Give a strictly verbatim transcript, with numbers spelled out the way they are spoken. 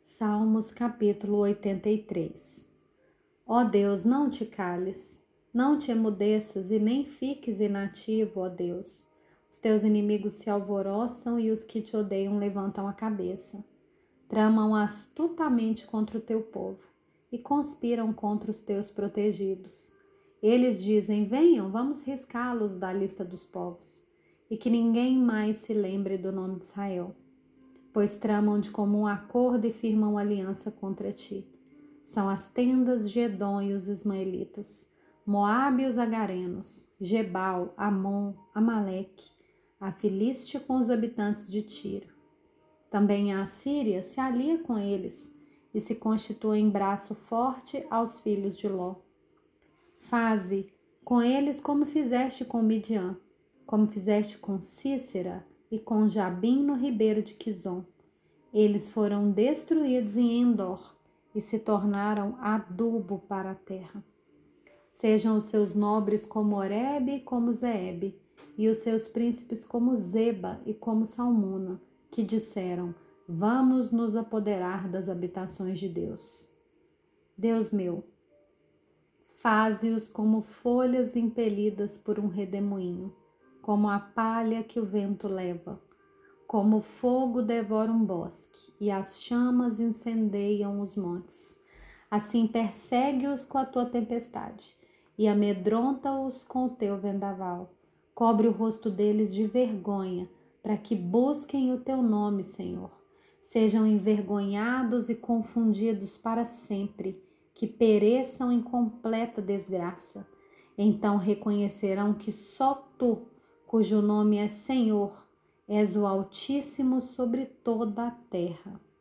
Salmos capítulo oitenta e três. Ó Deus, não te cales, não te emudeças e nem fiques inativo, ó Deus. Os teus inimigos se alvoroçam e os que te odeiam levantam a cabeça. Tramam astutamente contra o teu povo e conspiram contra os teus protegidos. Eles dizem: venham, vamos riscá-los da lista dos povos, e que ninguém mais se lembre do nome de Israel. Pois tramam de comum acordo e firmam aliança contra ti. São as tendas de Edom e os ismaelitas, Moabe e os agarenos, Gebal, Amon, Amaleque, a Filiste com os habitantes de Tiro. Também a Assíria se alia com eles e se constitui em braço forte aos filhos de Ló. Faze com eles como fizeste com Midian, como fizeste com Cícera e com Jabim no ribeiro de Quizon. Eles foram destruídos em Endor e se tornaram adubo para a terra. Sejam os seus nobres como Oreb e como Zeeb, e os seus príncipes como Zeba e como Salmuna, que disseram: vamos nos apoderar das habitações de Deus. Deus meu, faze-os como folhas impelidas por um redemoinho, como a palha que o vento leva. Como o fogo devora um bosque e as chamas incendeiam os montes. Assim persegue-os com a tua tempestade e amedronta-os com o teu vendaval. Cobre o rosto deles de vergonha, para que busquem o teu nome, Senhor. Sejam envergonhados e confundidos para sempre, que pereçam em completa desgraça. Então reconhecerão que só tu, cujo nome é Senhor, és o Altíssimo sobre toda a terra.